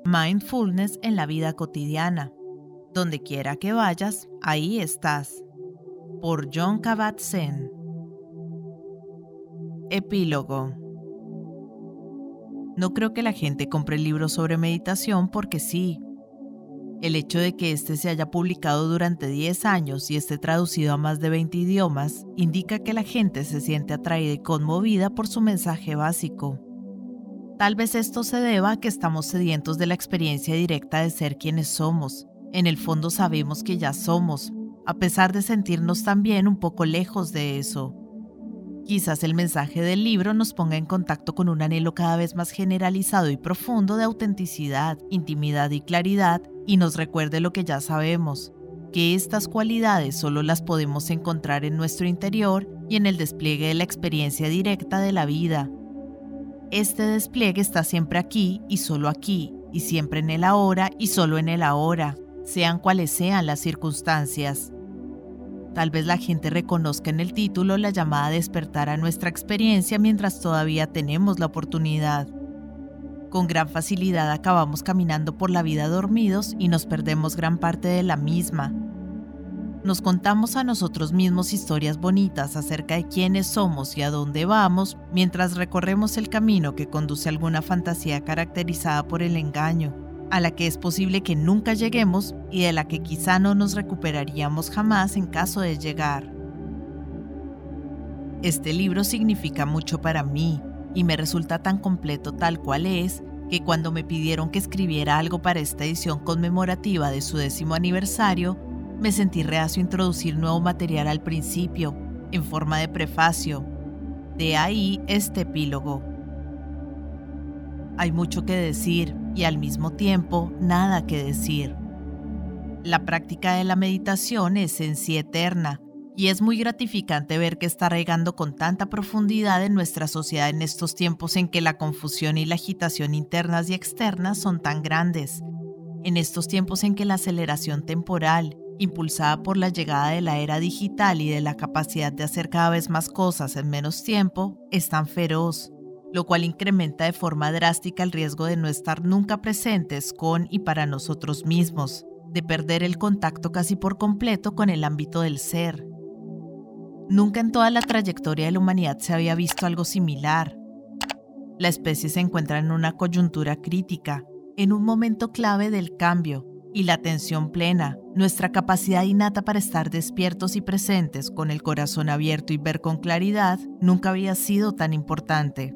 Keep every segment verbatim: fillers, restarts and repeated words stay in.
Mindfulness en la vida cotidiana. Donde quiera que vayas, ahí estás. Por Jon Kabat-Zinn. Epílogo. No creo que la gente compre libros sobre meditación porque sí. El hecho de que este se haya publicado durante diez años y esté traducido a más de veinte idiomas indica que la gente se siente atraída y conmovida por su mensaje básico. Tal vez esto se deba a que estamos sedientos de la experiencia directa de ser quienes somos. En el fondo sabemos que ya somos, a pesar de sentirnos también un poco lejos de eso. Quizás el mensaje del libro nos ponga en contacto con un anhelo cada vez más generalizado y profundo de autenticidad, intimidad y claridad, y nos recuerde lo que ya sabemos, que estas cualidades solo las podemos encontrar en nuestro interior y en el despliegue de la experiencia directa de la vida. Este despliegue está siempre aquí y solo aquí, y siempre en el ahora y solo en el ahora, sean cuales sean las circunstancias. Tal vez la gente reconozca en el título la llamada a despertar a nuestra experiencia mientras todavía tenemos la oportunidad. Con gran facilidad acabamos caminando por la vida dormidos y nos perdemos gran parte de la misma. Nos contamos a nosotros mismos historias bonitas acerca de quiénes somos y a dónde vamos, mientras recorremos el camino que conduce a alguna fantasía caracterizada por el engaño, a la que es posible que nunca lleguemos y de la que quizá no nos recuperaríamos jamás en caso de llegar. Este libro significa mucho para mí y me resulta tan completo tal cual es, que cuando me pidieron que escribiera algo para esta edición conmemorativa de su décimo aniversario, me sentí reacio a introducir nuevo material al principio, en forma de prefacio. De ahí este epílogo. Hay mucho que decir y al mismo tiempo nada que decir. La práctica de la meditación es en sí eterna y es muy gratificante ver que está arraigando con tanta profundidad en nuestra sociedad en estos tiempos en que la confusión y la agitación internas y externas son tan grandes. En estos tiempos en que la aceleración temporal, impulsada por la llegada de la era digital y de la capacidad de hacer cada vez más cosas en menos tiempo, es tan feroz, lo cual incrementa de forma drástica el riesgo de no estar nunca presentes con y para nosotros mismos, de perder el contacto casi por completo con el ámbito del ser. Nunca en toda la trayectoria de la humanidad se había visto algo similar. La especie se encuentra en una coyuntura crítica, en un momento clave del cambio, y la atención plena, nuestra capacidad innata para estar despiertos y presentes con el corazón abierto y ver con claridad, nunca había sido tan importante.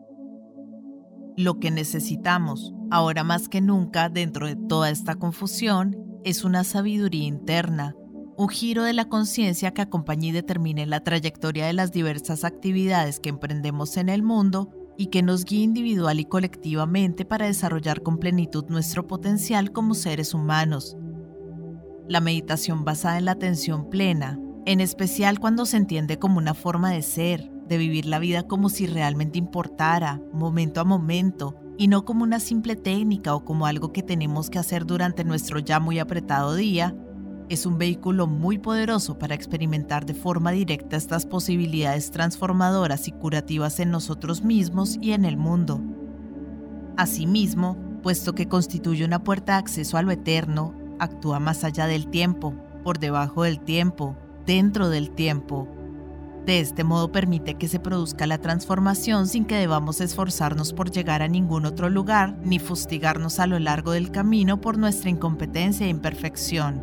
Lo que necesitamos, ahora más que nunca dentro de toda esta confusión, es una sabiduría interna, un giro de la conciencia que acompañe y determine la trayectoria de las diversas actividades que emprendemos en el mundo y que nos guíe individual y colectivamente para desarrollar con plenitud nuestro potencial como seres humanos. La meditación basada en la atención plena, en especial cuando se entiende como una forma de ser, de vivir la vida como si realmente importara, momento a momento, y no como una simple técnica o como algo que tenemos que hacer durante nuestro ya muy apretado día, es un vehículo muy poderoso para experimentar de forma directa estas posibilidades transformadoras y curativas en nosotros mismos y en el mundo. Asimismo, puesto que constituye una puerta de acceso a lo eterno, actúa más allá del tiempo, por debajo del tiempo, dentro del tiempo. De este modo permite que se produzca la transformación sin que debamos esforzarnos por llegar a ningún otro lugar ni fustigarnos a lo largo del camino por nuestra incompetencia e imperfección.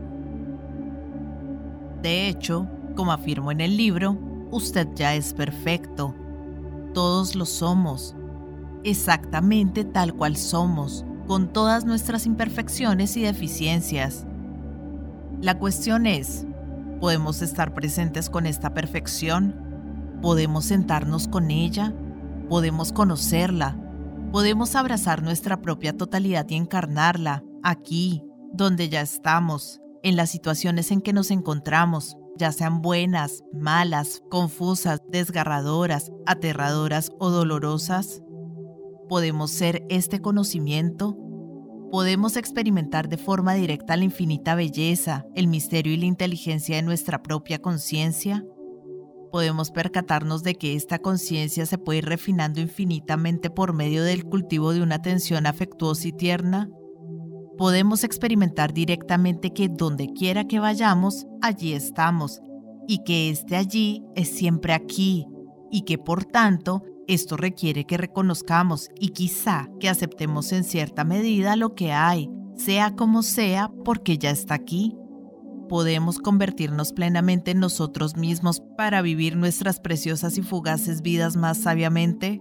De hecho, como afirmo en el libro, usted ya es perfecto. Todos lo somos, exactamente tal cual somos, con todas nuestras imperfecciones y deficiencias. La cuestión es, ¿podemos estar presentes con esta perfección? ¿Podemos sentarnos con ella? ¿Podemos conocerla? ¿Podemos abrazar nuestra propia totalidad y encarnarla, aquí, donde ya estamos, en las situaciones en que nos encontramos, ya sean buenas, malas, confusas, desgarradoras, aterradoras o dolorosas? ¿Podemos ser este conocimiento? ¿Podemos experimentar de forma directa la infinita belleza, el misterio y la inteligencia de nuestra propia conciencia? ¿Podemos percatarnos de que esta conciencia se puede ir refinando infinitamente por medio del cultivo de una atención afectuosa y tierna? podemos experimentar directamente que donde quiera que vayamos, allí estamos, y que este allí es siempre aquí, y que por tanto, esto requiere que reconozcamos y quizá que aceptemos en cierta medida lo que hay, sea como sea, porque ya está aquí. ¿Podemos convertirnos plenamente en nosotros mismos para vivir nuestras preciosas y fugaces vidas más sabiamente?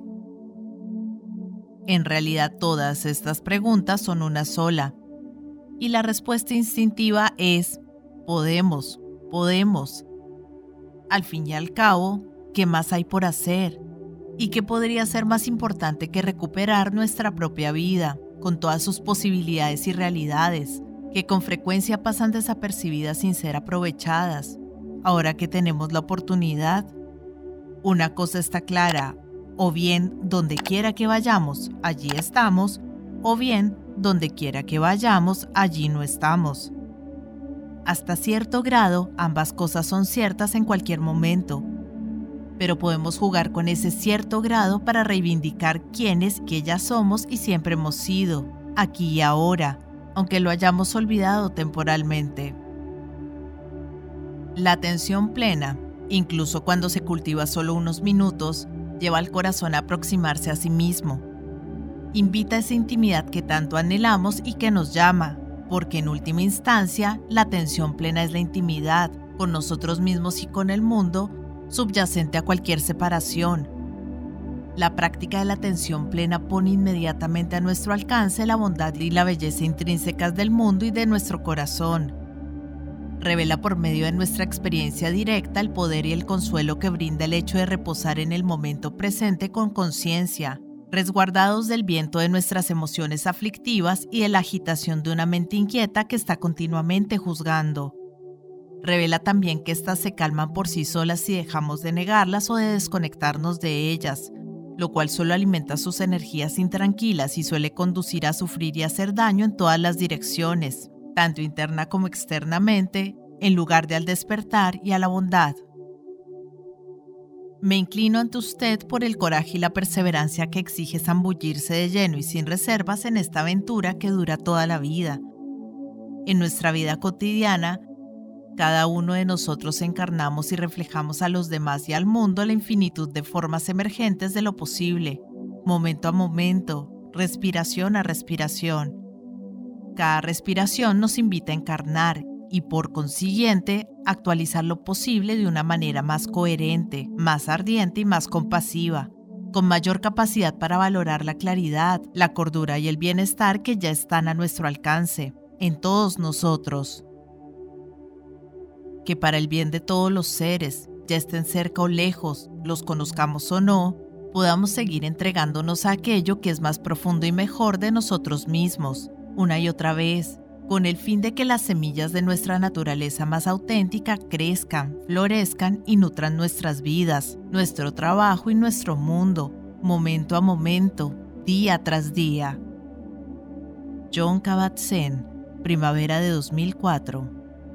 En realidad, todas estas preguntas son una sola. Y la respuesta instintiva es: podemos, podemos. Al fin y al cabo, ¿qué más hay por hacer? ¿Y qué podría ser más importante que recuperar nuestra propia vida, con todas sus posibilidades y realidades, que con frecuencia pasan desapercibidas sin ser aprovechadas, ahora que tenemos la oportunidad? Una cosa está clara: o bien donde quiera que vayamos, allí estamos, o bien donde quiera que vayamos, allí no estamos. Hasta cierto grado, ambas cosas son ciertas en cualquier momento, pero podemos jugar con ese cierto grado para reivindicar quiénes que ya somos y siempre hemos sido, aquí y ahora, aunque lo hayamos olvidado temporalmente. La atención plena, incluso cuando se cultiva solo unos minutos, lleva al corazón a aproximarse a sí mismo. Invita a esa intimidad que tanto anhelamos y que nos llama, porque en última instancia, la atención plena es la intimidad con nosotros mismos y con el mundo, subyacente a cualquier separación. La práctica de la atención plena pone inmediatamente a nuestro alcance la bondad y la belleza intrínsecas del mundo y de nuestro corazón. Revela por medio de nuestra experiencia directa el poder y el consuelo que brinda el hecho de reposar en el momento presente con conciencia, resguardados del viento de nuestras emociones aflictivas y de la agitación de una mente inquieta que está continuamente juzgando. Revela también que éstas se calman por sí solas si dejamos de negarlas o de desconectarnos de ellas, lo cual solo alimenta sus energías intranquilas y suele conducir a sufrir y hacer daño en todas las direcciones, tanto interna como externamente, en lugar de al despertar y a la bondad. Me inclino ante usted por el coraje y la perseverancia que exige zambullirse de lleno y sin reservas en esta aventura que dura toda la vida. En nuestra vida cotidiana, cada uno de nosotros encarnamos y reflejamos a los demás y al mundo la infinitud de formas emergentes de lo posible, momento a momento, respiración a respiración. Cada respiración nos invita a encarnar y, por consiguiente, actualizar lo posible de una manera más coherente, más ardiente y más compasiva, con mayor capacidad para valorar la claridad, la cordura y el bienestar que ya están a nuestro alcance, en todos nosotros. Que para el bien de todos los seres, ya estén cerca o lejos, los conozcamos o no, podamos seguir entregándonos a aquello que es más profundo y mejor de nosotros mismos, una y otra vez, con el fin de que las semillas de nuestra naturaleza más auténtica crezcan, florezcan y nutran nuestras vidas, nuestro trabajo y nuestro mundo, momento a momento, día tras día. Jon Kabat-Zinn, primavera de dos mil cuatro.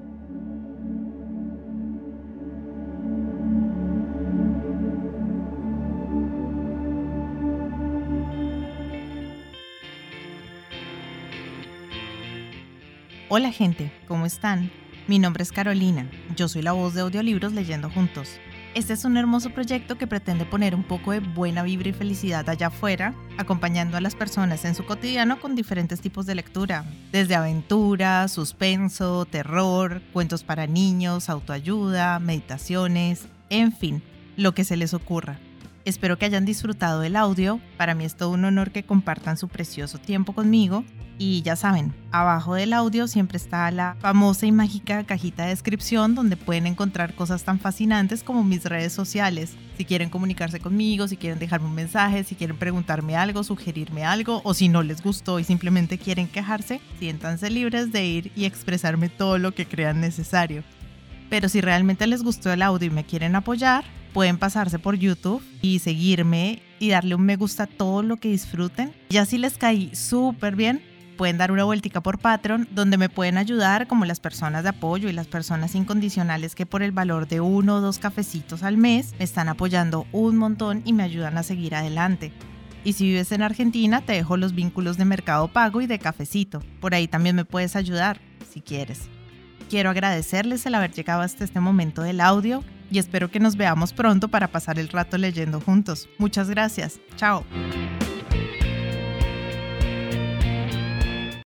Hola gente, ¿cómo están? Mi nombre es Carolina, yo soy la voz de Audiolibros Leyendo Juntos. Este es un hermoso proyecto que pretende poner un poco de buena vibra y felicidad allá afuera, acompañando a las personas en su cotidiano con diferentes tipos de lectura, desde aventura, suspenso, terror, cuentos para niños, autoayuda, meditaciones, en fin, lo que se les ocurra. Espero que hayan disfrutado del audio, para mí es todo un honor que compartan su precioso tiempo conmigo. Y ya saben, abajo del audio siempre está la famosa y mágica cajita de descripción donde pueden encontrar cosas tan fascinantes como mis redes sociales. Si quieren comunicarse conmigo, si quieren dejarme un mensaje, si quieren preguntarme algo, sugerirme algo, o si no les gustó y simplemente quieren quejarse, siéntanse libres de ir y expresarme todo lo que crean necesario. Pero si realmente les gustó el audio y me quieren apoyar, pueden pasarse por YouTube y seguirme y darle un me gusta a todo lo que disfruten. Ya si les caí súper bien, pueden dar una vueltica por Patreon, donde me pueden ayudar como las personas de apoyo y las personas incondicionales que por el valor de uno o dos cafecitos al mes me están apoyando un montón y me ayudan a seguir adelante. Y si vives en Argentina, te dejo los vínculos de Mercado Pago y de Cafecito. Por ahí también me puedes ayudar, si quieres. Quiero agradecerles el haber llegado hasta este momento del audio y espero que nos veamos pronto para pasar el rato leyendo juntos. Muchas gracias. Chao.